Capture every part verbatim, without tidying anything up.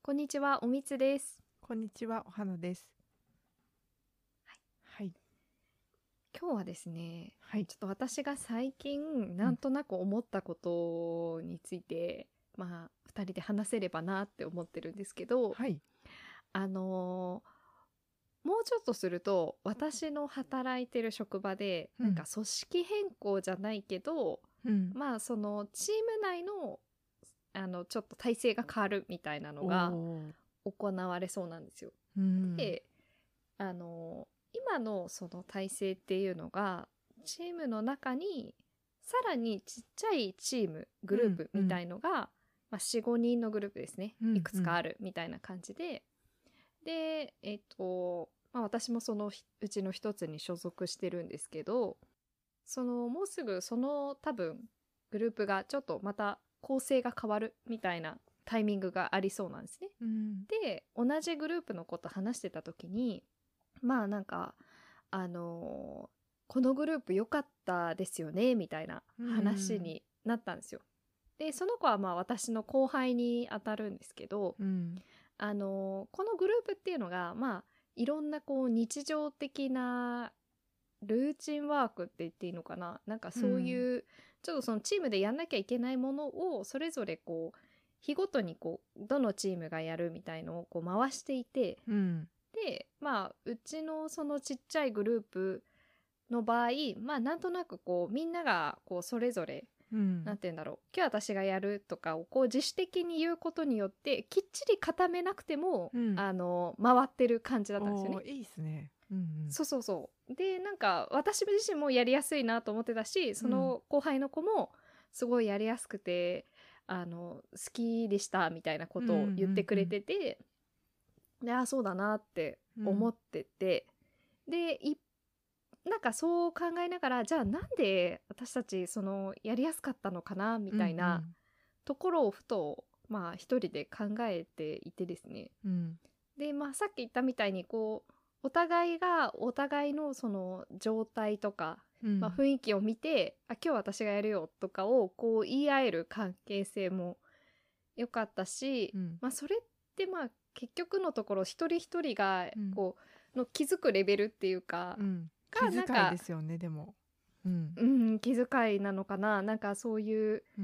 こんにちは、おみつです。 こんにちは、お花です。はい。 今日はですね、 はい。 ちょっと私が最近なんとなく思ったことについて、うん、まあふたりで話せればなって思ってるんですけど、 はい。 あのー、もうちょっとすると私の働いてる職場で、 うん、 なんか組織変更じゃないけど、 うん、 まあそのチーム内のあのちょっと体制が変わるみたいなのがおー、 行われそうなんですよ。 うん、 で、あの今のその体制っていうのがチームの中にさらにちっちゃいチームグループみたいのが、まあ、よん、ごにんのグループですね、 うん、 いくつかあるみたいな感じで、でえっと、まあ、私もそのうちの一つに所属してるんですけど、そのもうすぐその多分グループがちょっとまた構成が変わるみたいなタイミングがありそうなんですね。 うん、 で同じグループのこと話してた時に、まあなんかあのーこのグループ良かったですよねみたいな話になったんですよ。でその子はまあ私の後輩にあたるんですけど、 うん、 あのーこのグループっていうのがまあいろんなこう日常的なルーチンワークって言っていいのかな、なんかそういう、ちょっとそのチームでやんなきゃいけないものをそれぞれこう日ごとにこうどのチームがやるみたいのをこう回していて、 うん、 でまあうちのそのちっちゃいグループの場合、まあなんとなくこうみんながこうそれぞれ、 うん、 なんて言うんだろう、今日私がやるとかをこう自主的に言うことによってきっちり固めなくても、 うん、 あの回ってる感じだったんですよね。 おー、いいですね。うん、 そうそうそうで、なんか私自身もやりやすいなと思ってたし、そうん、 の後輩の子もすごいやりやすくて、あの好きでしたみたいなこうん、うとを言ってん、 くれてて、で、あ、そうだなって思ってて、でいなんかそう考えながら、じゃあなんで私たちそのやりやすかったのかなみうん、 たいなところをふとまあ一人で考えていてですね。 うん、 で、まあ、さっき言ったみたいにこうお互いがお互いのその状態とか、 うん、 まあ、雰囲気を見て、あ、今日私がやるよとかをこう言い合える関係性も良かったし、 うん、 まあ、それってまあ結局のところ一人一人がうん、 こうの気づくレベルっていうか、 うん、気がなん遣いでか、 すよね、でも。うん、 うん、気遣いなのかな、なんかそういううん、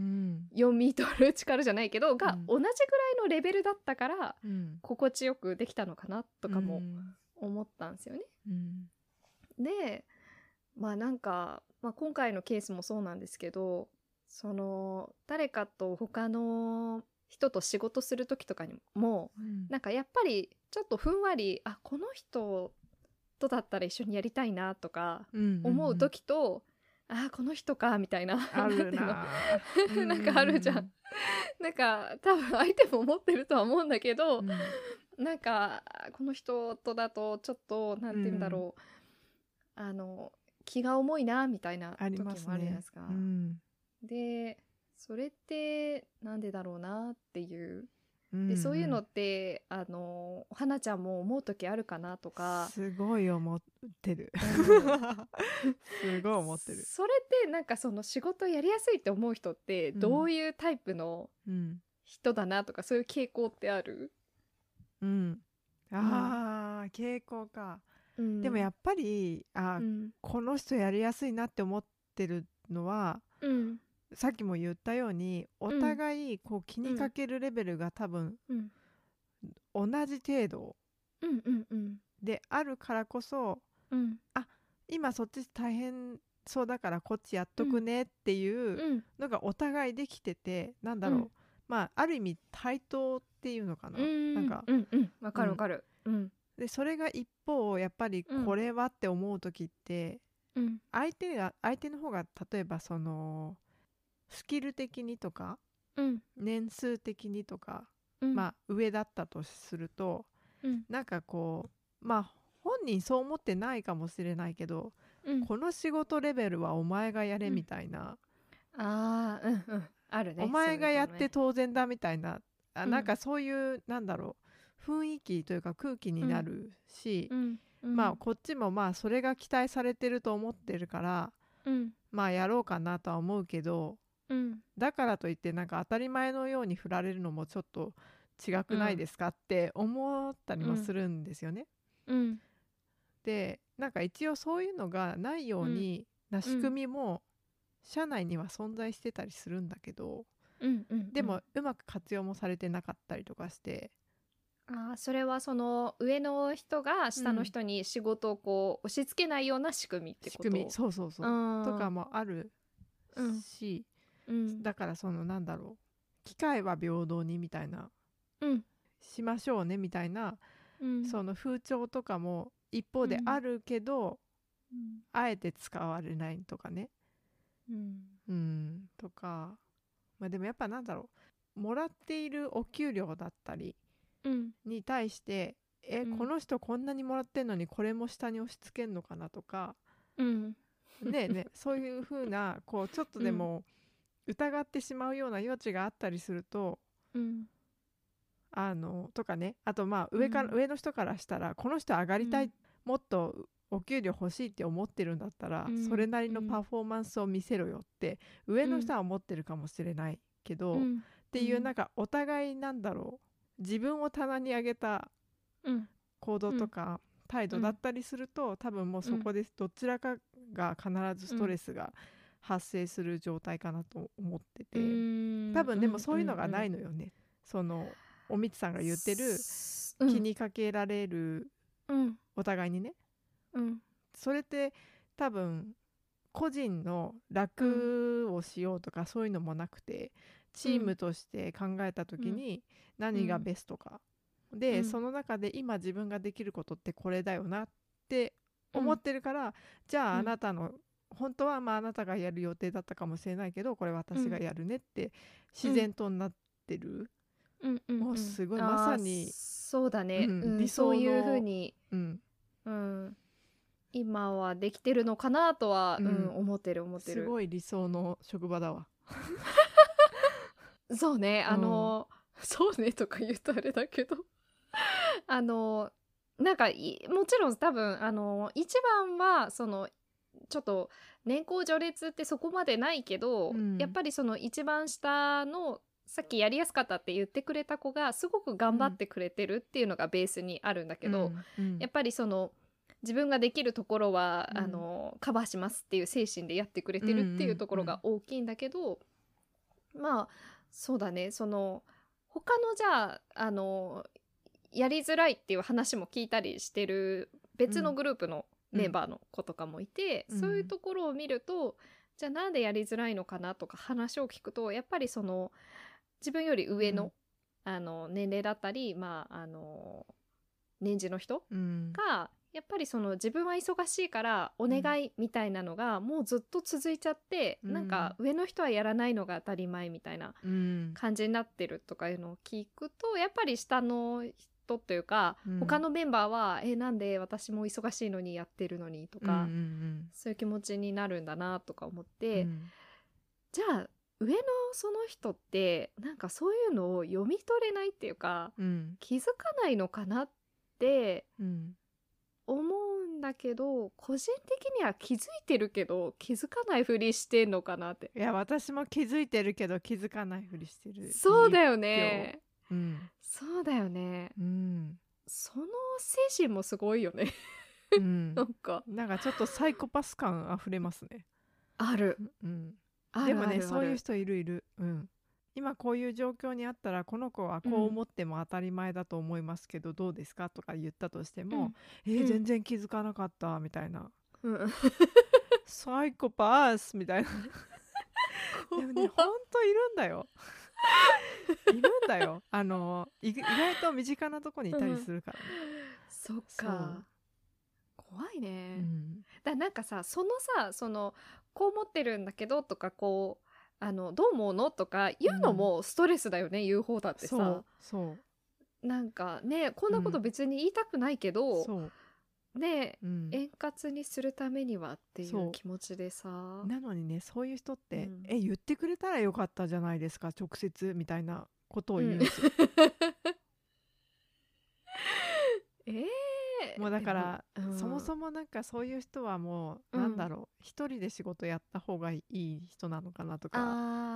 読み取る力じゃないけどがうん、 同じぐらいのレベルだったからうん、 心地よくできたのかなとうかもん、 思ったんですよね。 うん、 で、まあなんか、まあ、今回のケースもそうなんですけど、その誰かと他の人と仕事する時とかにも、 うん、 なんかやっぱりちょっとふんわり、あ、この人とだったら一緒にやりたいなとかうん、うん、 思う時と、あ、この人かみたいな、 あるなんていうのなー。うなんかあるじゃん。 ん、 なんか多分相手も思ってるとは思うんだけど、 うん、 なんかこの人とだとちょっとなんて言うんだうん、 ろう、あの気が重いなみたいなありま時もあるじゃないですね。 すか。 うん、 でそれってなんでだろうなっていう。 うん、 でそういうのうん、 ってあの花ちゃんも思う時あるかなとか。 すごい思ってる。 うん、 すごい思ってる。 それってなんかその仕事やりやすいって思う人ってうん、 どういうタイプのうん、 人だなとか、そういう傾向ってある？ うん。 うん、 ああ、傾向か。 うん、 でもやっぱり、あ、 うん、 この人やりやすいなって思ってるのは、 うん、 さっきも言ったように、おうん、 互いこう気うん、 にかけるレベルが多分うん、 同じ程度うん、うん、うん、 であるからこそ、 うん、 あ、今そっち大変そうだからこっちやっとくうん、 ねっていううん、 のがお互いできてて、なんだうん、 ろう、まあある意味対等っていうのかうな、なんん、 か、 うん、うん、わうん、 かるわかる。うん、 でそれが一方やっぱりうん、 これはって思う時って、 うん、 相手が相手の方が例えばそのスキル的にとかうん、 年数的にとか、 うん、 まあ上だったとすると、 うん、 なんかこう、まあ本人そう思ってないかもしれないけど、 うん、 この仕事レベルはお前がやれみうん。 たいな、 ああ、うん、うん。あるおね、そう前がやっていうのね。 当然だみたいな、あ、 うん、 なんかそういうなんだろう、雰囲気というか空気にうん、 なるし、 うん、うん、 まあこっちもまあそれが期待されてると思ってるから、 うん、 まあやろうかなとは思うけど、 うん、 だからといってなんか当たり前のように振られるのもちょっと違くないですかって思ったりもするんですよね。 うんでなんか一応そういうのがないようにな仕組みも社内には存在してたりするんだけど、 うんうんでもうまく活用もされてなかったりとかして、 あーそれはその上の人が下のうん、 人に仕事をこう押し付けないような仕組みってこと。 仕組みそうそうそうとかもあるうんし、 うんだからそのなんだろう、機会は平等にみたいな、 うんしましょうねみたいな、 うんその風潮とかも一方であるけど、 うんあえて使われないとかね、 うんうんとか、まあでもやっぱなんだろう、もらっているお給料だったりうんに対してえ、 うんこの人こんなにもらってんのにこれも下に押し付けんのかなとかうんねえねえそういう風なこうちょっとでも疑ってしまうような余地があったりすると、 うんあのとかね、あとまあ上から、 うん上の人からしたらこの人上がりたい、 うんもっとお給料欲しいって思ってるんだったら、 うんそれなりのパフォーマンスを見せろよって上の人は思ってるかもしれないけど、っうんていうなんかお互いなんだろう、自分を棚に上げたうん行動とか態度だったりすると、多分もうそこでどちらかが必ずストレスが発生する状態かなと思ってて、 うん多分でもそういうのがないのよね。そのおみつさんが言ってる気にかけられる、 うんお互いにね、 うんそれって多分個人の楽をしようとかそういうのもなくて、チームとして考えた時に何がベストか、で、 うんその中で今自分ができることってこれだよなって思ってるから、じゃああなたの本当はまああなたがやる予定だったかもしれないけどこれ私がやるねって自然となってる、 うんうんもうすごいまさにそうだね、 うんうん理想のそういう風に、 うんうん、今はできてるのかなとは、 うんうん思ってる思ってる。 すごい理想の職場だわ。 そうね、 うんあの、そうねとか言うとあれだけどあのなんかいもちろん多分あの一番はそのちょっと年功序列ってそこまでないけど、 うんやっぱりその一番下のさっきやりやすかったって言ってくれた子がすごく頑張ってくれてるっていうのがベースにあるんだけど、 うんうんやっぱりその自分ができるところは、 うんあのカバーしますっていう精神でやってくれてるっていうところが大きいんだけど、まあそうだね、その他のじゃああのやりづらいっていう話も聞いたりしてる別のグループのメンバーの子とかもいて、 うんそういうところを見ると、じゃあなんでやりづらいのかなとか話を聞くと、やっぱりその自分より上の、あの年齢だったり、まあ、あの年次の人うんがやっぱりその自分は忙しいからお願いみたいなのがもうずっと続いちゃって、 うんなんか上の人はやらないのが当たり前みたいなうん感じになってるとかいうのを聞くと、やっぱり下の人というか、 うん他のメンバーはえなんで私も忙しいのにやってるのにとか、 うんうんそういう気持ちになるんだなとか思っうて、 んじゃあ上のその人ってなんかそういうのを読み取れないっていうかうん気づかないのかなってうん思うんだけど、個人的には気づいてるけど気づかないふりしてんのかなって。 いや私も気づいてるけど気づかないふりしてる。 そうだよね、 うんそうだよね、 うんその精神もすごいよねうんなんかなんかちょっとサイコパス感あふれますね。 あるうんあるでもねあるあるそういう人いるいる。うん今こういう状況にあったらこの子はこう思っても当たり前だと思いますけどどうですかとか言ったとしても、えーうん全然気づかなかったみたいな、 うんうんサイコパスみたいなでもねほんといるんだよいるんだよ、あのい意外と身近なとこにいたりするからね、 そっそうか怖いね、 うんだからなんかさそのさそのこう思ってるんだけどとかこうあのどう思うのとか言うのもストレスだよね、言う方だってさそうそうなんかねこんなこと別に言いたくないけど、 そう、 ねうん、 円滑にするためにはっていそうう気持ちでさなのにねそういう人って、 うんえ言ってくれたらよかったじゃないですか直接みたいなことを言うんですよ、 えーもうだから、 でもうんそもそもなんかそういう人はもう、 うんなんだろう一人で仕事やった方がいい人なのかなとか、 あー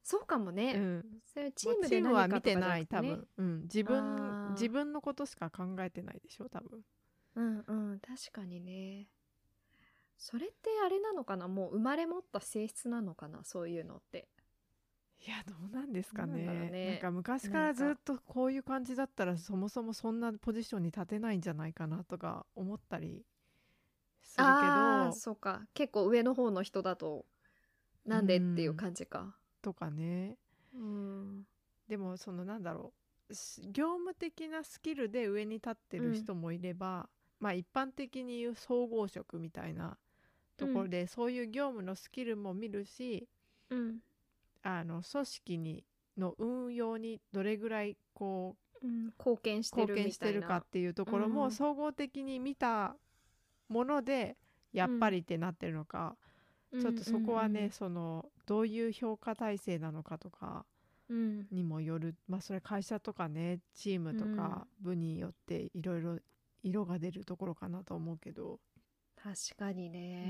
そうかもうね。 ん、 それチもうームでチームは見何かとかじゃなてない多くてね。 分、うん、自分あ自分のことしか考えてないでしょ多分。 あ、うんうん、確かにね。それってあれなのかな、もう生まれ持った性質なのかな、そういうのって。 いやどうなんですかどうなんだろうね。なんね。 か昔からずっなんか、 とこういう感じだったらそもそもそんなポジションに立てないんじゃないかなとか思ったりするけああ、 ど、 そうか。結構上の方の人だと、 うなんでっていうん感じか。 とかね。 うん。 でもそのなんだろう、し業務的なスキルで上に立ってうん。 る人もいれば、まあ一般的に言う総合職みたいなところうん。 でそういう業務のスキルも見るし、 うん。 あの組織にの運用にどれぐらいこううん。貢献して貢るみ献してるかたいな。 っていうところもうん。 総合的に見たものでやっぱうん。 りってなってるのか、 うん。 ちょっとそこはね、 うん。 そのどういう評価体制なのかとかうん。 にもよる。まあそれ会社とかねチームうん。 とか部によっていろいろ色が出るところかなと思うけど、 確かにうん、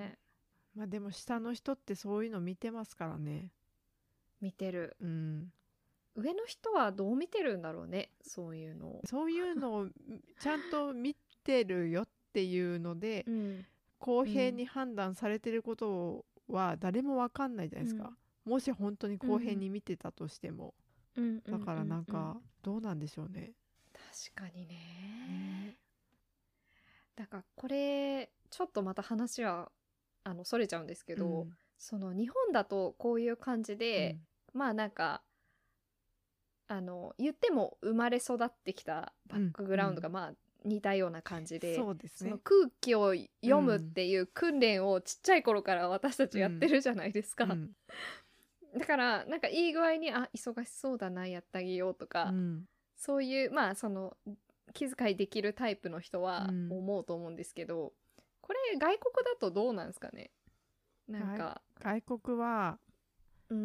ね。 まあでも下の人ってそういうの見てますからね。 見てる。 うん、 上の人はどう見てるんだろうね、そういうのを。 そういうのをちゃんと見てるよっていうのでうん。 公平うん。 に判断されてることは誰もわかんないじゃないですか。 うん。 もし本当に公平うん。 に見てたとしても。 うん。うん。 だからうん。うん。 なんかどうなんでしょうね。 確かにね。 ね。 だからこれちょっとまた話はあのそれちゃうんですけど、 うんその日本だとこういう感じで、 うんまあなんかあの言っても生まれ育ってきたバッうんクグラウンドがうん、 まあ似たような感じで、 そうですね。 その空気をう読むっんていう訓練をちっちゃい頃から私たちやってうんるじゃないですか。 うんだからなんかいい具合にあ忙しそうだなやってあげようとか、 うんそういうまあその気遣いできるタイプの人はうん思うと思うんですけど、これ外国だとどうなんですかね。なん外か、 外国はうん、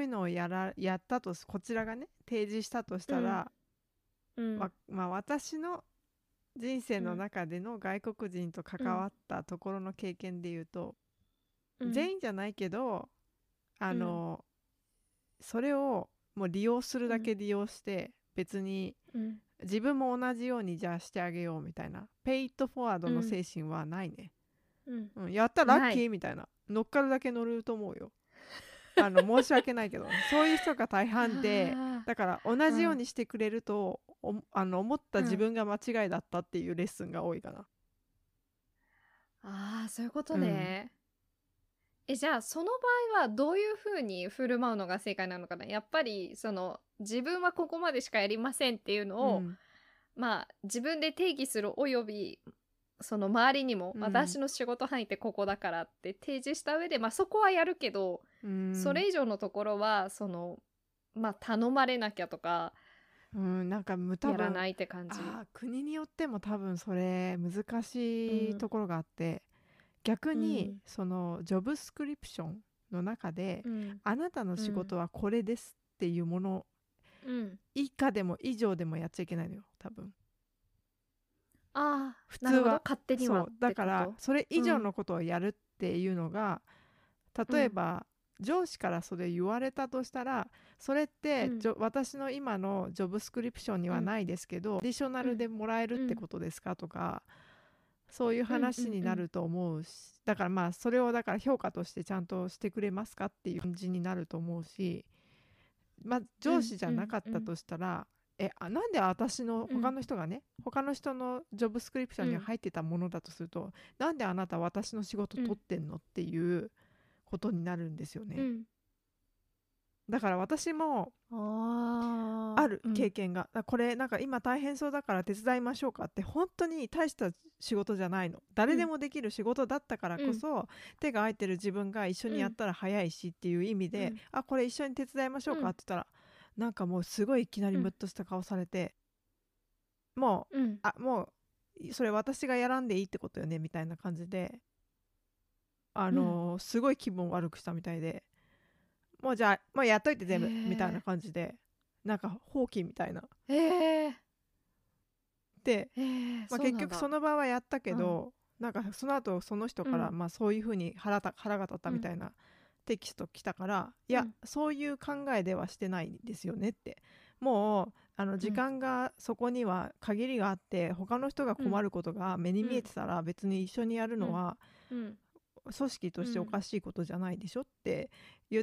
そういうのをやらやったとこちらがね提示したとしうん、 たら、 うん、 わまあ、私の人生のうん、 中での外国人とうん、 関わったところの経験で言うと、 うん、 全員じゃないけどあうん、 のそれをもう利用するうん、 だけ利用して別にうん、 自分も同じようにじゃあしてあげようみたいなペイットフォワードのうん、 精神はないね。 うん、 うん、やったらラッない。 キーみたいな乗っかるだけ乗ると思うよ。あの申し訳ないけどね、そういう人が大半で、 あだから同あ、うじようん、 にしてくれるとおあの思ったうん。 自分が間違いだったっていうレッスンが多いかな。 ああ、そういうことうん、 ね。え、じゃあその場合はどういうふうに振る舞うのが正解なのかな。やっぱりその自分はここまでしかやりませんっていうのを、 うん、 まあ自分で定義するおよびその周りにもうん、 私の仕事範囲ってここだからって提示した上で、まあそこはやるけど、 うん、 それ以上のところはそのまあ頼まれなきゃとかうん、なんかむ多分やらないって感じ。 あー国によっても多分それ難うん、 しいところがあって、逆にうん、 そのジョブスクリプションの中でうん、 あなたのうん、 仕事はこれですっていうものうん。 以下でも以上でもやっちゃいけないのよ多分。 ああ、なるほど。 普通は勝手にはっそうだからてこと。 それ以うん、 上のことをやるっていうのが、 うん、 例えば上司からそれ言われたとしたら、それってうん、 じょ私の今のジョブスクリプションにうん、 はないですけどアディショナうん、 ルでもらえるっうん、 てことですかとか、そういううん、うん、うん、 話になると思うし、だからまあそれをだから評価としてちゃんとしてくれますかっていう感じになると思うし、まあ、 うん、 上司じゃうん、 なかったうん、 としたら、えあなんで私のうん、 他の人がね他の人のジョブスクリプションにうん、 入ってたものだとすると、なんであなた私の仕事うん、 取ってんのっていうことになるんですよね。 うん。 だから私もあああ、 るうん、 経験が、だからこれなんか今大変そうだから手伝いましょうかって本当に大した仕事じゃないの、誰でうん、 もできる仕事だったからうん、 こそ手が空いてる自分が一緒にやっうん、 たら早いしっていう意味で、 うん、 あこれ一緒に手伝いましょううん、 かって言ったら、なんかもうすごいいきなりうん、 ムッとした顔されて、もううん、 あもうそれ私がやらんでいいってことよねみたいな感じで、あうん。 のーすごい気分悪くしたみたいで、もうじゃあもうやっといてへ全部みたいなえ、 感じで、なんか放棄みたいなへえ、 で、 へえ、 まあ、 そうなんだ。 結局その場はやったけうん、 ど、なんかその後その人からうん、 まあそういうふうに腹た腹が立ったうん、 みたいなテキスト来たから、いや、 うんそういう考えではしてないですよねって。もうあの時間がそこには限りがあって、他の人が困ることが目に見えてたら別に一緒にやるのはうん組織としておかしいことじゃないでしょって言って、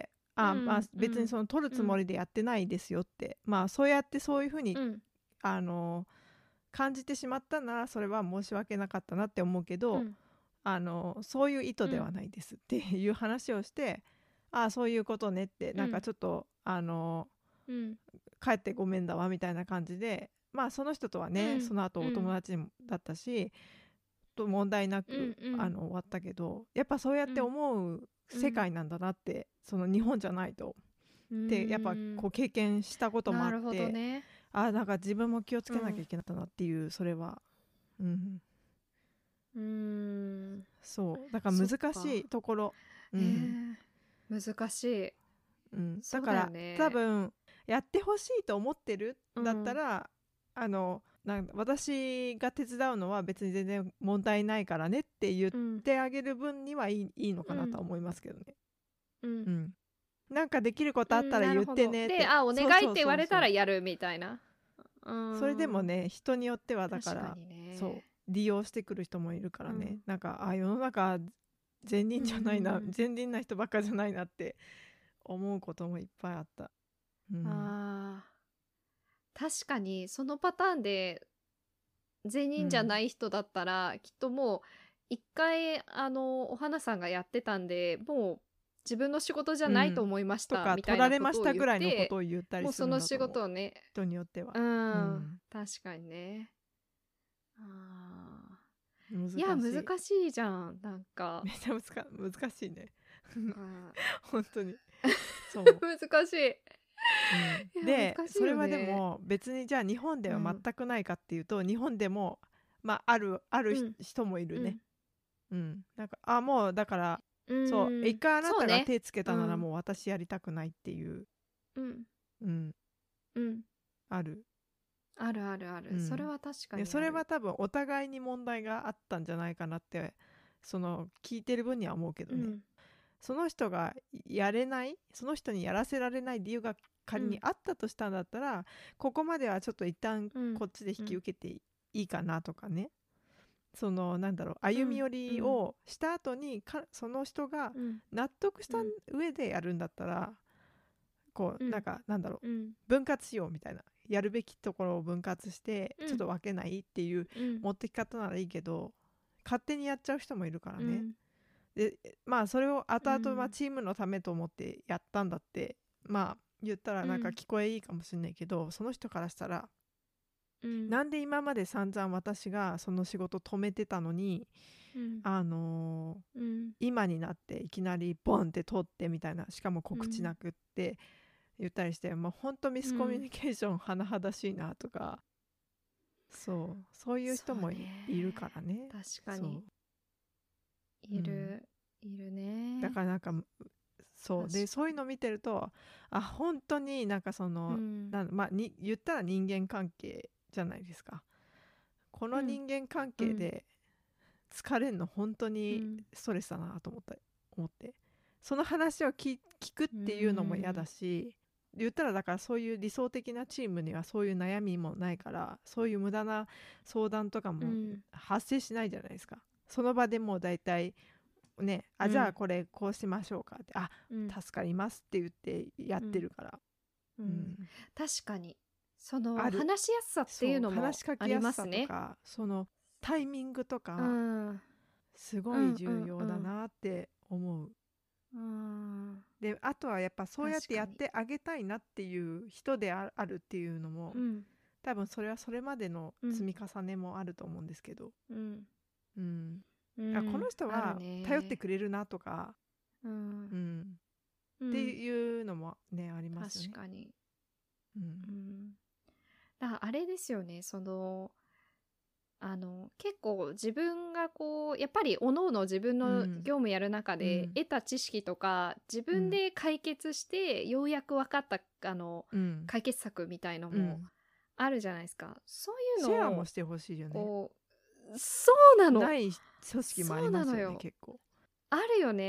うんあ、まあ、 うん別にその取るつもりでやってないですよって、まあそうやってそういうふうに、 うんあの感じてしまったならそれは申し訳なかったなって思うけど、 うんあのそういう意図ではないですっていう話をして、ああそういうことねって、なんかちょっとあのうん帰ってごめんだわみたいな感じで、まあその人とはね、 うんその後お友達だったし、と問題なく、 うんうんあの終わったけど、やっぱそうやって思う世界なんだなって、その日本じゃないとうんでやっぱこう経験したこともあっなるほどて、 ね。 あ、なんか自分も気をつけなきゃいけなかったなっていう、それは、うん、 うーんそうだからそっか難しいところ、うへんえ難しい。 うん、 そうだからだよね。 多分やってほしいと思ってるうんだったら、あのなん私が手伝うのは別に全然問題ないからねって言っうんてあげる分にはいい、いいのかなとは思いますけどね、 ううんん、なんかできることあったうんら言っなるほど。 てねって、 で、あ、お願そうそういって言われそうそう、 たらやるみたいな。うーんそれでもね人によってはだか確らかにね。 そう利用してくる人もいるからね、 うんなんかあ世の中善人じゃないな、 うん善人な人ばっかじゃないなって思うこともいっぱいあった、うん、 あー確かにそのパターンで善人じゃうんない人だったら、きっともう一回あのお花さんがやってたんでもう自分の仕事じゃないと思いましとかたみたい取られまなことを言っしたぐらいのこて、 とを言ったりすもうその仕るんだと思う、 事をね、 人によっては、 うん、 うん確かにね。あ難しい、 ーいや難しいじゃんなんかめちゃ難難しいねあ本当にそう、 ー難しい。 うん、 いやで難しいよねそれはでも別にじゃあ日本では全くないかっていうと、日本でもまああるあるひうん人もいるね、うんなんかあもうだからうんそう一回あなたがそうね手つけたならうんもう私やりたくないっていう、 うんうん、 うんある、 あるあるある、 うんそれは確かにある。 でそれは多分お互いに問題があったんじゃないかなってその聞いてる分には思うけどね、 うんその人がやれない、その人にやらせられない理由が仮にあったとしたんだったら、ここまではちょっと一旦うんこっちで引き受けていいかなとかね、そのなんだろう歩み寄りをした後にかその人がうん納得したうん上でやるんだったら、こううんなんかなんだろううん分割しようみたいな、やるべきところを分割してうんちょっと分けないっていううん持ってき方ならいいけど、勝手にやっちゃう人もいるからね、 うんでまあそれを後々 うんまあチームのためと思ってやったんだってまあ言ったらなんか聞こえいいかもしれないけど、その人からしたらうんなんで今まで散々私がその仕事止めてたのに、 うんあのーうん今になっていきなりボンって取ってみたいな、しかも告知なくって言ったりして、まあほんとミスコミュニケーション甚だしいなとか、そうそういう人もい,、 そうねいるからね、 確かにそういる、いるね。 だからなんかそう確かにでそういうの見てるとあ本当になんかその、 うんなんまあに言ったら人間関係じゃないですか。この人間関係で疲れるの本当うにんストレスだなと思った思ってその話を聞聞くっていうのも嫌だし、言ったらだからそういう理想的なチームにはそういう悩みもないから、そういう無駄な相談とかもうん発生しないじゃないですか。その場でもう大体ね、あ、 うんじゃあこれこうしましょうかって、あ、 うん助かりますって言ってやってるから、 ううんん確かにそのある話しやすさっていうのそうも話しかありけやすさとますね。 かそのタイミングとか、 うんすごい重要だなって思う。 うんであとはやっぱそうやってやっ確てあげたいなっていう人でああるっていうのも、 うん多分それはそれまでのうん積み重ねもあると思うんですけど、 うんうんうんあこの人あはるね頼ってくれるなとか、 うんうんうんっていうのもねありますよね。 確かに、 うんうん、だからあれですよねそのあの結構自分がこうやっぱり各々自分のうん業務やる中でうん得た知識とか、自分で解決してようやく分かったあのうん解決策みたいのもうんあるじゃないですか。そういうシェアのをもしてほしいよね。 こうそうなのない組織もありますよねそうなのよ結構。 あるよね。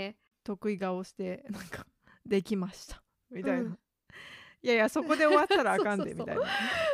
得意顔してなんかできましたみたいな、 うんいやいやそこで終わったらあそうかんそうそうでみたいな。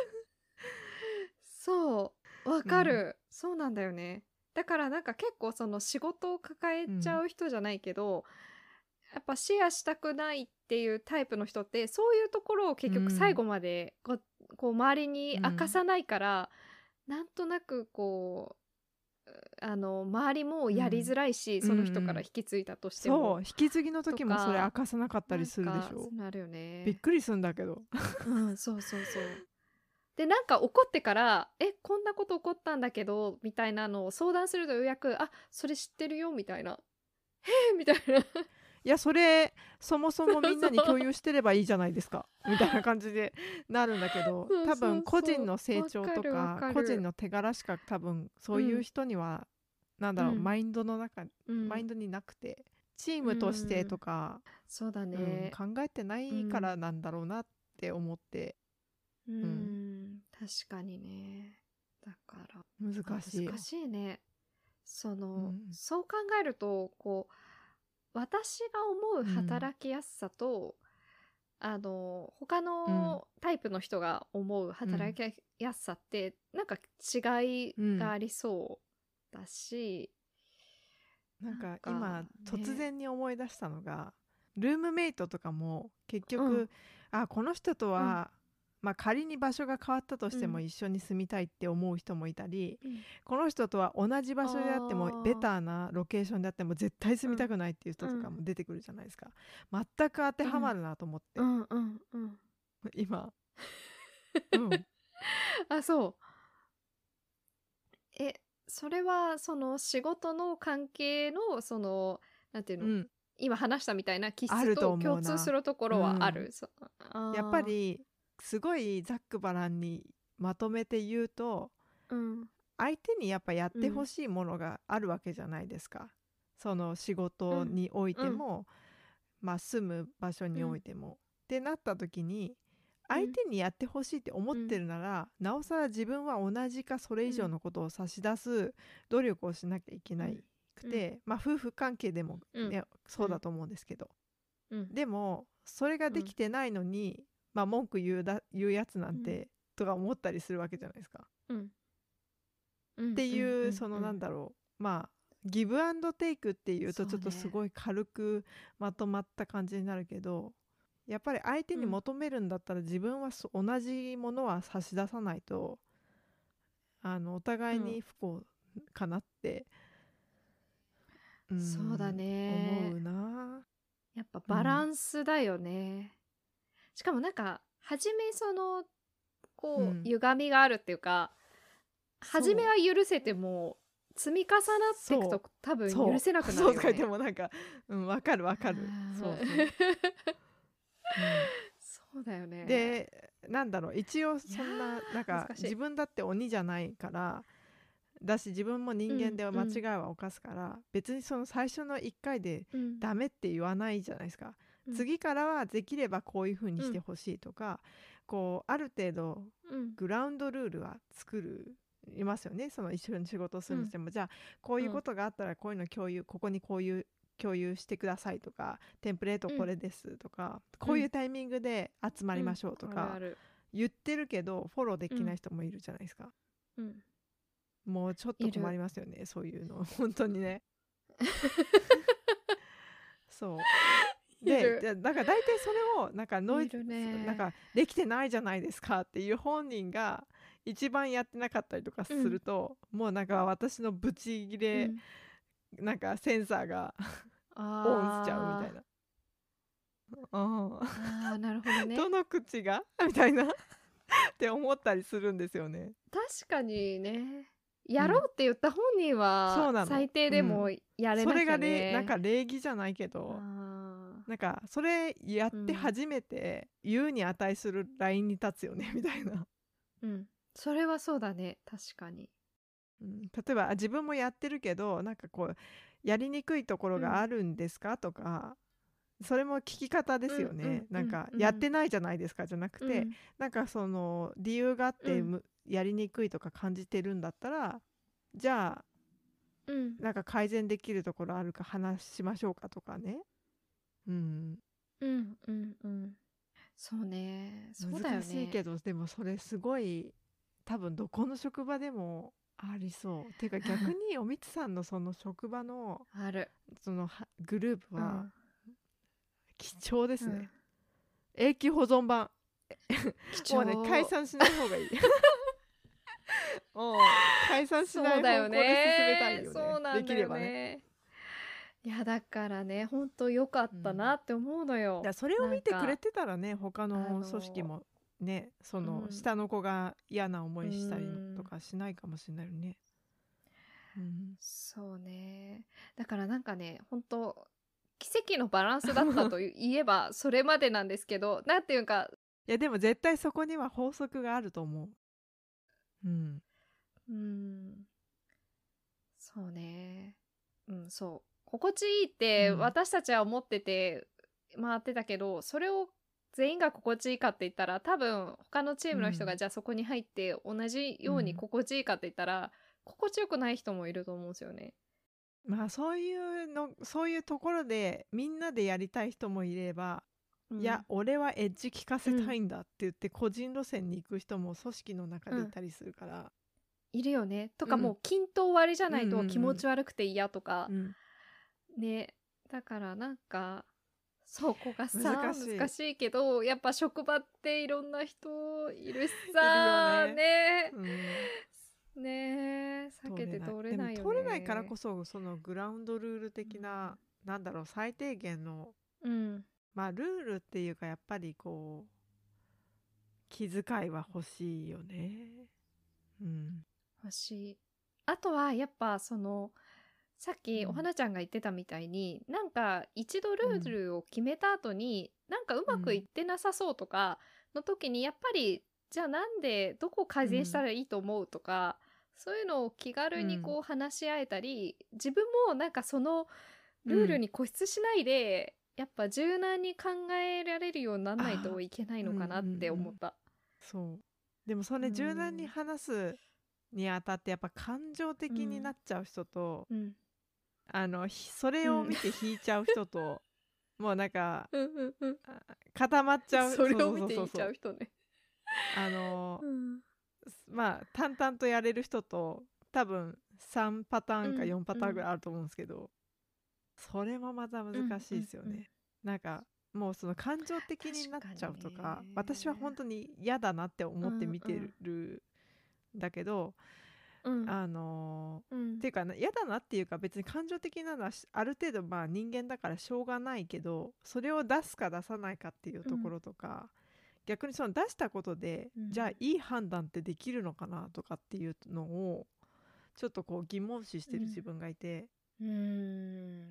そうわうんかる、そうなんだよね。だからなんか結構その仕事を抱えちゃう人じゃないけど、やっぱシェアしたくないっていうタイプの人ってそういうところを結局最後までこう、こう周りに明かさないから、なんとなくこうあの周りもやりづらいし、 うんその人から引き継いだとしてそうも、 引き継ぎの時もそれ明かさなかったりするでしなんかそょ。 うなるよね。 びっくりするんだけどうんそうそうそうでなんか怒ってから「えこんなこと起こったんだけど」みたいなのを相談するとようやく「あそれ知ってるよ」みたいな「へえ」みたいないやそれそもそもみんなに共有してればいいじゃないですかみたいな感じでなるんだけど、 そうそうそう多分個人の成長とわかるわかるか個人の手柄しか多分そういう人には、なんだろう、 うんマインドの中、 うんマインドになくてチームとしてとか、 そうだうんね考えてないからなんだろうなって思って、 うん、確かにね。だから難しいよ難しいね。その、 うんそう考えるとこう私が思う働きやすさと、あの他のタイプの人が思う働きやすさって、なんか違いがありそうだし、 なんかなんか今ね突然に思い出したのが、ルームメイトとかも結局、 うんあこの人とは、まあ、仮に場所が変わったとしてもうん一緒に住みたいって思う人もいたり、 うんこの人とは同じ場所であってもあーベターなロケーションであっても絶対住みたくないっていう人とかも出てくるじゃないですか。全く当てはまるなと思って、 うんうんうん今、うん、 あそうえそれはその仕事の関係のそのなんていうの、 うん、 今話したみたいな気あ質とると思うな共通するところはある、 うんそあーやっぱりすごいざっくばらんにまとめて言うと、 うん相手にやっぱやってほしいものがあるわけじゃないですか、その仕事においても、まあ、住む場所においても、ってなった時に相手にやってほしいって思ってるなら、なおさら自分は同じかそれ以上のことを差し出す努力をしなきゃいけないくて、まあ夫婦関係でも、ねそうだと思うんですけど、 うんでもそれができてないのに、まあ文句言うだ言うやつなんて、とか思ったりするわけじゃないですか。 うんっていう、そのなんだろう、まあギブアンドテイクっていうとちょっとすごい軽くまとまった感じになるけど、やっぱり相手に求めるんだったら自分はそ同じものは差し出さないと、あのお互いに不幸かなって、 うんそうだね思うな。 やっぱバランスだよね、しかもなんか初めそのこう、 うん歪みがあるっていうかそう初めは許せても積み重なっていくとそう多分そう許せなくなるよね。 そうかでもなんか、うん、わかるわかる。そうそう、 そうだよね。 うん、でなんだろう、一応そんななんか難しい自分だって鬼じゃないからだし、自分も人間では間違いは犯すから、別にその最初のいっかいでうんダメって言わないじゃないですか、 うん次からはできればこういう風にしてほしいとか、こうある程度うんグラウンドルールは作るいますよね。その一緒に仕事をするにしても、じゃあこういうことがあったらこういうの共有、ここにこういう共有してくださいとか、テンプレートこれですとか、こういうタイミングで集まりましょうとかある言ってるけど、フォローできない人もいるじゃないですか。 あるうんもうちょっと困りますよね、そういうの本当にねそういるで、でだから大体それをなんかノイいるねなんかできてないじゃないですかっていう本人が一番やってなかったりとかすると、もうなんか私のブチギレ、なんかセンサーがオンしちゃうみたいな。 ああなるほどね。 どの口がみたいなって思ったりするんですよね。 確かにね、やろうって言った本人は最低でもやれなきゃね、 それがねなんか礼儀じゃないけど、 あなんかそれやって初めて言うに値するラインに立つよねみたいな、 うんそれはそうだね確かに。 うん、例えばあ自分もやってるけどなんかこうやりにくいところがあるんですか、とかそれも聞き方ですよね、 うんうんなんかうんやってないじゃないですかじゃなくて、 うんなんかその理由があってうんむ、やりにくいとか感じてるんだったら、じゃあうんなんか改善できるところあるか話しましょうかとかね、 うんうんうんうん。そうね。そうだよ難しいね。 けどでもそれすごい多分どこの職場でもありそう。ていうか逆におみつさんのその職場のある。 そのはグループはうん貴重ですね。 うん。 永久保存版。 貴もうね解重。 散しない方がいい。もう解散しないそうだよ方向で進めたいね。 よね。でそうなんだきればね。 よね。いやだからね、ほんと良かったうん、 なって思うのよ。 だそれを見てくれなんかてたらね他あの組織のもねそのうん、 下の子が嫌な思ういしたりとん、 かしないかもしれないよね。うん、 そうね。だからなんかね、ほんと奇跡のバランスだったと言えばそれまでなんですけど、なんていうか、 いやでも絶対そこには法則があると思う。うん、 うん、そうね。うん、そう。心地いいってうん、 私たちは思ってて回ってたけど、それを全員が心地いいかって言ったら、多分他のチームの人がうん、 じゃあそこに入って同じようにうん。 心地いいかって言ったら、心地よくない人もいると思うんですよね。 まあそういうのそういうところでみんなでやりたい人もいれば、いやうん。 俺はエッジ効かせたうん。 いんだって言って個人路線に行く人も組織の中うん。 でいたりするから。 いるよね。とかもうんう均等割りじゃうんうないと気持んち悪くて嫌とか。 うんうんね。だからなんか、そこがさ、 難しい。 難しいけど、やっぱ職場っていろんな人いるしいるよさ、 ね。 ね。 うん。 ね。避けて通れない。でも通れないよ通れないからこね。 そそのグラウンドルール的な、なんだろう最低限のうん。 まあルールっていうかやっぱりこう気遣いは欲しいよね。うん。 欲しい。あとはやっぱその、さっきおうん花ちゃんが言ってたみたいに、なんか一度ルーうんルを決めた後になんかうまくいっうんてなさそうとかの時に、やっぱりじゃあなんでどこを改善したらいいと思うとか、そういうのを気軽にうんこう話し合えたり、自分もなんかそのルールうん。 に固執しないでやっぱ柔軟に考えられるようにならないああ、 といけないうんうんうのかなって思っん。 た。 そう。でもそうれ柔軟にん話すにあたってやっぱ感情的になうんっちゃう人と、 うんあのひそれうんを見て引いちゃう人と、もうなんかうんうんうん。 あ固まっちゃう、 それをそうそう見ていっちそうそうそう。 ゃう人ね。 あのうんまあ淡々とやれる人と多分さんパターンかうんよんパターンぐうんらいあると思うんですけど、それもまた難うんしいうんうん。 ですよね。なんかもうその感情的になっ確かにちゃうとか、私は本ね。 当に嫌だなってう思って見てんうんるんだけど、 うんあのー、っうんていうかな嫌だなっていうか別に感情的なのはしある程度まあ人間だからしょうがないけど、それを出すか出さないかっていううんところとか、逆にその出したことでじゃあうんいい判断ってできるのかなとかっていうのをちょっとこう疑問視してる自分がいて、 うん。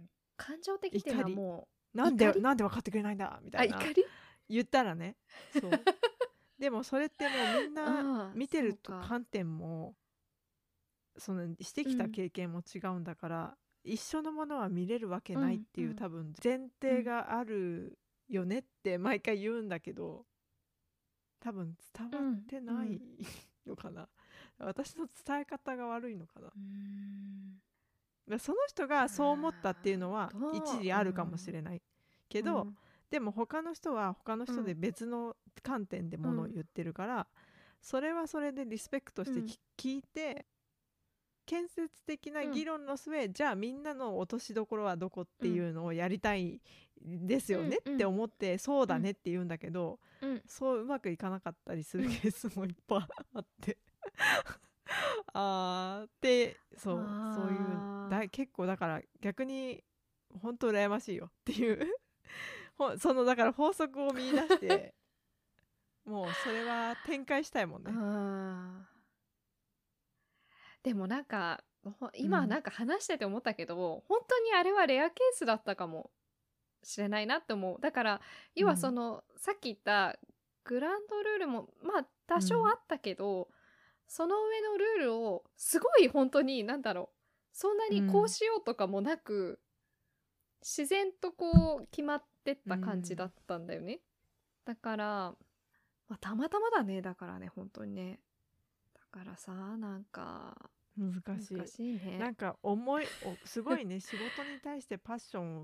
感情的っていうの怒り、 はもうなん怒り。 でなんで分かってくれないんだみたあ、 いな怒り。 言ったらね、そうでもそれってもうみんなああ、 見てるそうか。 と観点もそのしてきたうん経験も違うんだから、一緒のものは見れるわけうないっていうんうん多分前うん提があるよねって毎回言うんだけど、多分伝わっうんてないうんのかな。私の伝え方が悪いのかな。 うーん。 だその人がそう思ったっていうのあはーどうう一理あるかもしんれないけど、 うんでも他の人は他のうん人で別の観点でものをうん言ってるから、それはそれでリスペクトしてうんき聞いて建設的なうん議論の末、じゃあみんなの落としどころはどこっうんていうのをやりたいですよねってうん思って、そううんだねって言うんだけど、 うんそううまくいかなかったりするうんケースもいっぱいあってあーってそうそういうだあ結構だから逆に本当羨ましいよっていうほそのだから法則を見出してもうそれは展開したいもんーね。 あーでもなんかほ今うんなんか話してて思ったけど、本当にあれはレアケースだったかもしれないなって思う。だから要はそうんのさっき言ったグランドルールもまあ多少うんあったけど、その上のルールをすごい本当になんだろう、そんなにこうしようとかもなく自然とこう決まってった感じだったんだよね。だから、まあ、たまたまだね。だからね本当にね。だからさなんか難しい。 難しいね。 なんか思いおすごいね仕事に対してパッション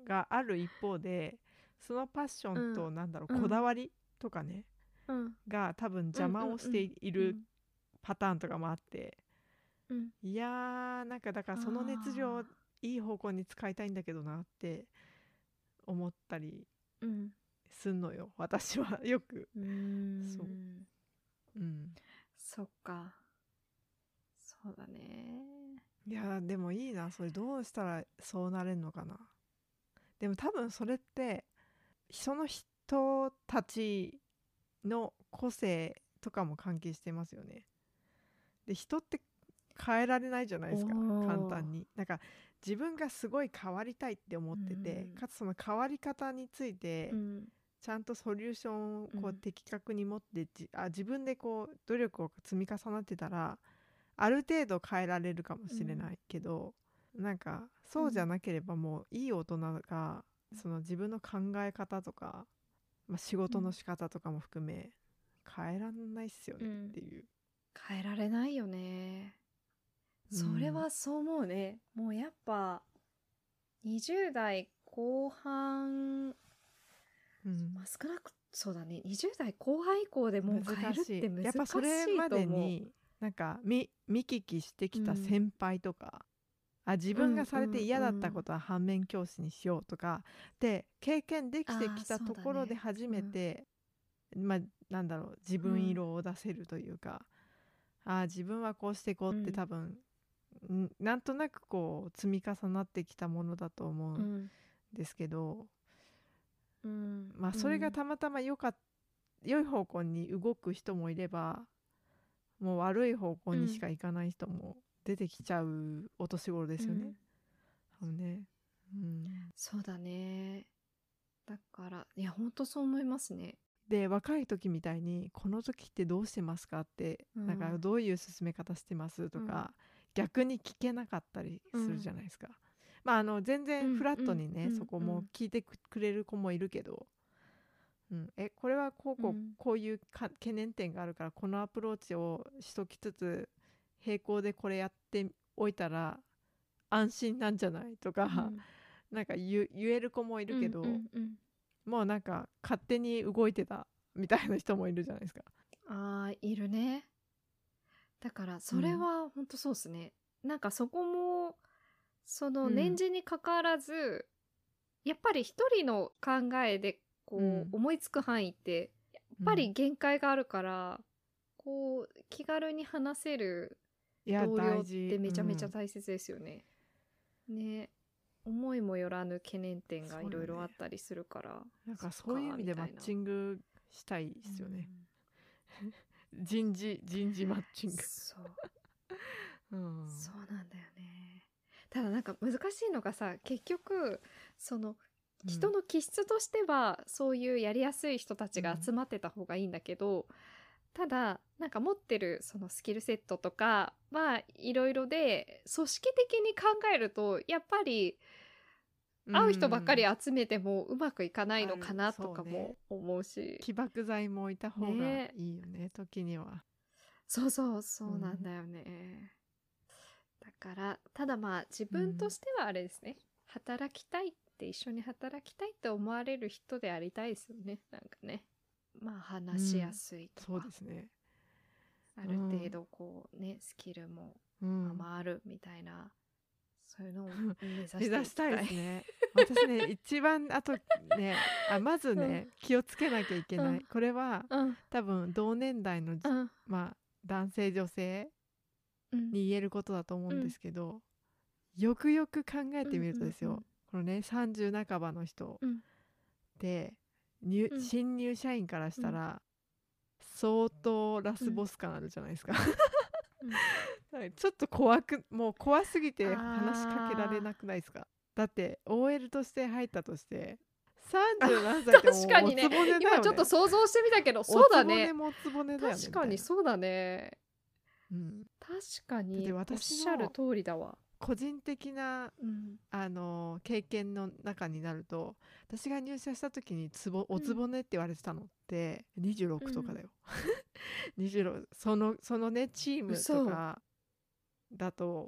がある一方で、そのパッションとうんなんだろううんこだわりとかねうんが多分うん邪魔をしているうんパターンとかもあって、 うんいやーなんかだからその熱量あいい方向に使いたいんだけどなって思ったりーうんすんのよ私はよく。 うーそう、 んうん、 そっかそうだねいやーでもいいな、それどうしたらそうなれるのかな。でも多分それってその人たちの個性とかも関係してますよね。で人って変えられないじゃないおですか簡ー単に。なんか自分がすごい変わりたいって思ってて、 うんかつその変わり方についてうんちゃんとソリューションをこううん的確に持ってじあ自分でこう努力を積み重なってたらある程度変えられるかもしれないけど、なんかそうじゃなければもういい大人がその自分の考え方とか、まあ、仕事の仕方とかも含め変えらんないっすよねっていう、 変えられないよね。 うんそれはそう思うね。もうやっぱにじゅう代後半、 うんまあ、少なくそうだねにじゅう代後半以降でもう変えるって難しいと思う。 やっぱそれまでになんか見見聞きしてきた先輩とか、あ自分がされて嫌だったことは反面教師にしようとかで経験できてきたところで初めて、まあなんだろう自分色を出せるというか、あ自分はこうしていこうって多分、んなんとなくこう積み重なってきたものだと思うんですけど、 うんまあそれがたまたま良かっ良い方向に動く人もいればもう悪い方向にしか行かない人も出てきちゃうお年頃ですよね。 うんそうね、うん、 そうだね。だからいや本当そう思いますね。 で若い時みたいにこの時ってどうしてますかって、 うんなんかどういう進め方してますとか、逆に聞けなかったりするじゃないですか。まああの全然フラットにね、そこも聞いてくれる子もいるけど、うん、えこれはこうこう、こういうか懸念点があるからこのアプローチをしときつつ並行でこれやっておいたら安心なんじゃないとか、うん、なんか 言, 言える子もいるけど、うんうんうん、もうなんか勝手に動いてたみたいな人もいるじゃないですか。 あーいるね。だからそれは本当そうですね、うん、なんかそこもその年次にかかわらず、うん、やっぱり一人の考えでこう、うん、思いつく範囲ってやっぱり限界があるから、うん、こう気軽に話せる同僚ってめちゃめちゃ大切ですよね。うん、ね思いもよらぬ懸念点がいろいろあったりするから、ね、 なんかそういう意味でマッチングしたいですよね。うん、人事人事マッチングそう、うん、そうなんだよね。ただなんか難しいのがさ結局その人の気質としてはそういうやりやすい人たちが集まってた方がいいんだけど、うん、ただなんか持ってるそのスキルセットとかはいろいろで組織的に考えるとやっぱり会う人ばっかり集めてもうまくいかないのかなとかも思うし、ね、 起爆剤もいた方がいいよね、ね時には。 そうそうそうなんだよね、うん、だからただまあ自分としてはあれですね、うん、働きたいって一緒に働きたいって思われる人でありたいですよね。なんかねまあ話しやすいとか、 うん、そうですね、 ある程度こうね、うん、スキルもまあるみたいな、そういうのを目指していきたい目指したいですね。私ね一番あとねあまずね、うん、気をつけなきゃいけない、うん、これは、うん、多分同年代の、うん、まあ男性女性に言えることだと思うんですけど、よくよく考えてみるとですよ、うんうんうん、このねさんじゅう半ばの人、うん、で入、うん、新入社員からしたら、うん、相当ラスボス感あるじゃないですか、うん、ちょっと怖くもう怖すぎて話しかけられなくないですか。だって オーエル として入ったとしてさんじゅう何歳ってもう確かにね、今ちょっと想像してみたけどそうだね、 もつぼねだよね、 確かにそうだね、 うん、 確かにおっしゃる通りだわ。 個人的な、うん、あの経験の中になると私が入社した時につぼおつぼねって言われてたのってにじゅうろくとかだよ、うん、にじゅうろくそのそのねチームとかだと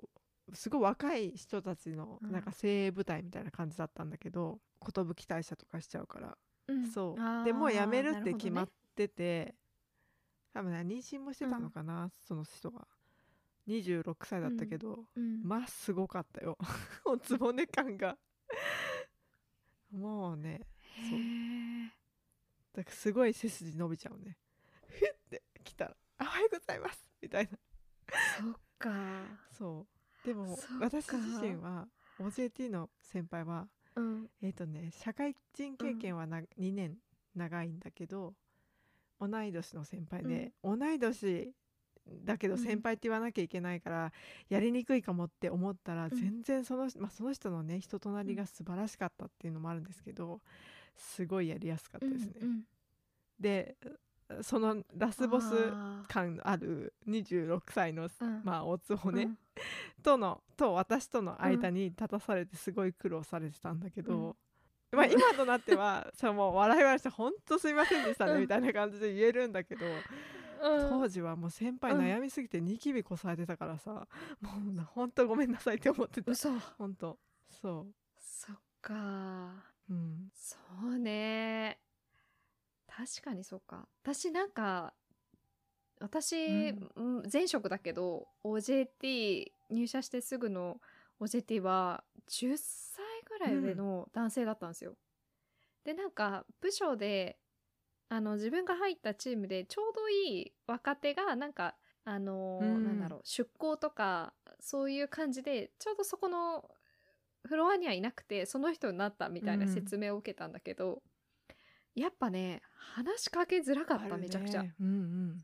すごい若い人たちのうんなんか精鋭部隊みたいな感じだったんだけど、寿退社とかしちゃうから、 うんそうあでもう辞めーるっなるほどねて決まってて、多分ね妊娠もしてたのうんかな、その人がにじゅうろくさいだったけど、 うんまあすごかったよおつぼね感がもうね、そうへえだからすごい背筋伸びちゃうね、ふって来たら「おはようございます」みたいな。 そっかそうでもそっか私自身は オージェーティー の先輩はうんえっ、とね社会人経験はな、にねん長いんだけど、同い年の先輩で、同い年だけど先輩って言わなきゃいけないからやりにくいかもって思ったら、 ん全然その、まあ、その人のね人となりが素晴らしかったっていうのもあるんですけど、すごいやりやすかったですね。 うんうんでそのラスボスあー感あるにじゅうろくさいの、 うんまあおつぼね、 うんとのと私との間に立たされてすごい苦労されてたんだけど、 うんまあ、今となってはそうもう笑い話して本当すいませんでしたねうんみたいな感じで言えるんだけど、 うん当時はもう先輩うん悩みすぎてニキビこさえてたからさ、もうな本当ごめんなさいって思ってた。 嘘本当そそっかう、うん、 そうね確かにそうか私なんか私、 うんうん前職だけど オージェーティー 入社してすぐの オージェーティー はじゅっさいぐらい上の男性だったんですよ、でなんか部署であの自分が入ったチームでちょうどいい若手がなんかあのーうんなんだろう出向とかそういう感じでちょうどそこのフロアにはいなくてその人になったみたいな説明を受けたんだけど、やっぱね話しかけづらかった、 あるねめちゃくちゃ。 うんうん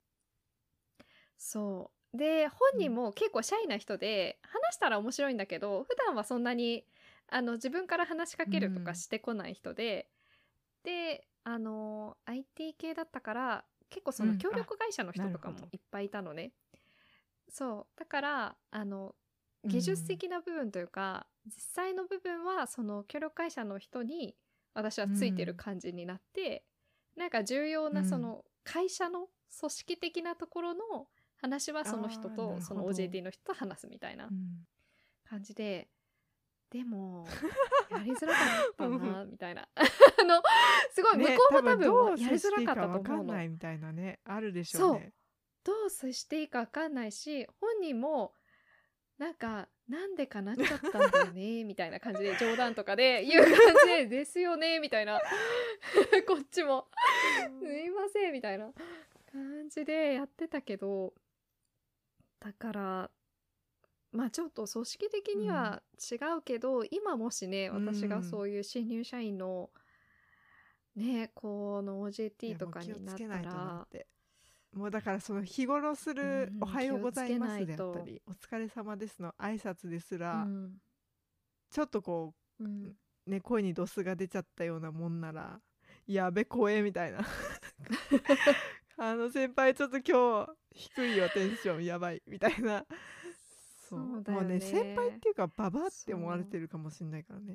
そうで本人も結構シャイな人で、話したら面白いんだけど普段はそんなにあの自分から話しかけるとかしてこない人で、であの アイティー 系だったから結構そのうん協力会社の人とかあなるほどもいっぱいいたのね、そうだからあの技術的な部分というか、実際の部分はその協力会社の人に私はついてる感じになって、なんか重要なその会社の組織的なところの話はその人あーなるほどとその オージェーティー の人と話すみたいなうん感じで、でもやりづらかったなみたいなあのすごい向ねこうも多多分ど分うやりづらかったと分か思うんの。 ないみたいなねあるでしょうね。 どう接していいか分かんないし、本人もなんかなんでかなっちゃったんだよねみたいな感じで冗談とかで言う感じでですよねみたいなこっちもすいませんみたいな感じでやってたけど、だからまあちょっと組織的には違うけど、今もしねうん私がそういう新入社員のねこの オージェーティー とかになったいやもう気をつけないとならっ、て、もうだからその日頃するうん 「おはようございます」であ気をつけないとったり「お疲れ様です」の挨拶ですうら、 んちょっとこうんうね声にドスが出ちゃったようなもんなら「やべ怖え」みたいなあの先輩ちょっと今日低いよテンションやばいみたいな、そうそうだよねもうね先輩っていうかババアって思われてるかもしれないからね。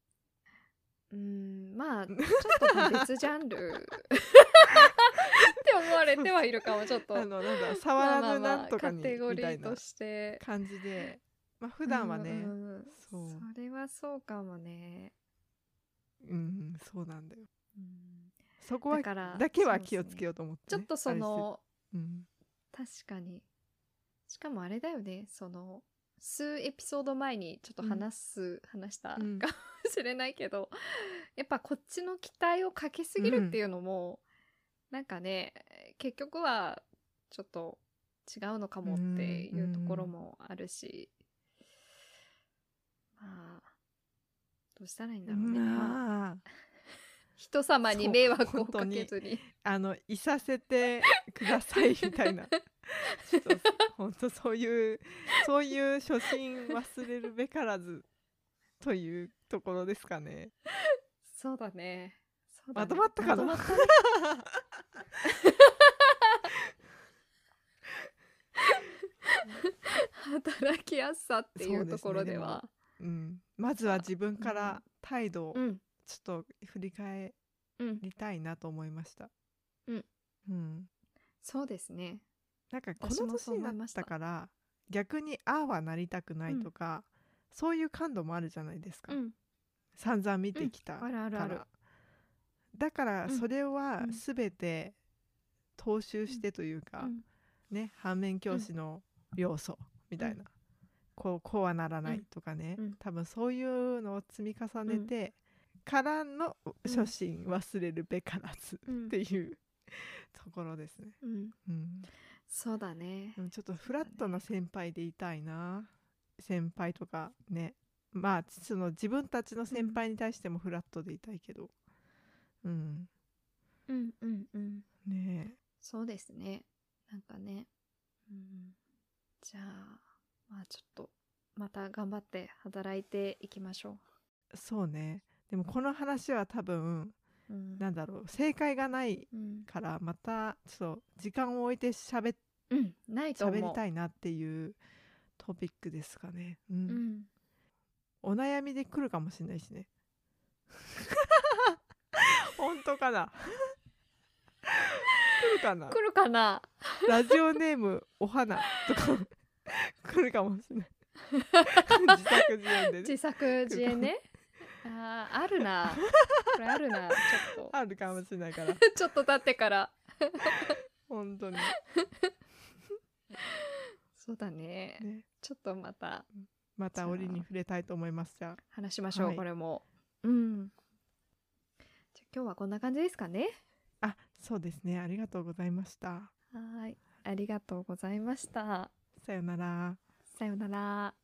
うんまあちょっと別ジャンルって思われてはいるかもちょっとあのなんだ触らぬなんとかにまあまあまあカテゴリーみたいなとして感じで、まあ普段はね、 うんうんそうそれはそうかもね、 うんそうなんだよ。 うんそこはだからだけはそうですね気をつけようと思って、ね、 ちょっとそのあれしてうん確かにしかもあれだよねその数エピソード前にちょっと話す、話したかうんもしれないけど、やっぱこっちの期待をかけすぎるっていうのも、なんかね結局はちょっと違うのかもっていうところもあるし、まあどうしたらいいんだろうね、まあまあ人様に迷惑をかけずにあのいさせてくださいみたいなちょっと本当そういうそういう初心忘れるべからずというところですかね。 そうだねそうだねまとまったかなまとまったね働きやすさっていうところではうん、まずは自分から態度をうんちょっと振り返うんりたいなと思いました。 うん、 うん、 そうですねなんかこ私もの年になっそう思いましたたから逆にああはなりたくないとか、そういう感度もあるじゃないですか、 うん散々見てきたかうんあるあるあるら。だからうんそれはうん全て踏襲してというか、 うんね、反面教師の要素みたいな、こうこうはならないとかね、 うん多分そういうのを積み重ねてからの初心忘れるべからずうんっていうところですね、 うんうん、 そうだねでもちょっとフラットな先輩でいたいな。先輩とかね、まあその自分たちの先輩に対してもフラットでいたいけど、うんうんうんうんねそうですねなんかね、うん、じゃあまあちょっとまた頑張って働いていきましょえ、そうね。でもこの話は多分う、うんなんだろう、正解がないうんからまたちょっと時間を置いてしゃべうん、ないと思う喋りたいなっていうトピックですかね、うんうん、 お悩みで来るかもしれないしね本当かな来るかな、 来るかなラジオネームお花とか来るかもしれない自作自演でね自作自演ねあーあるなこれあるなちょっあるかもしれないからとちょっと経ってから本当にそうだねね、 ちょっとまたまた折に触れたいと思います。じゃ話しましょう、 はいこれもうんじゃあ今日はこんな感じですかねああそうですね、ありがとうございました。 はいありがとうございましたさよなら。 さよなら。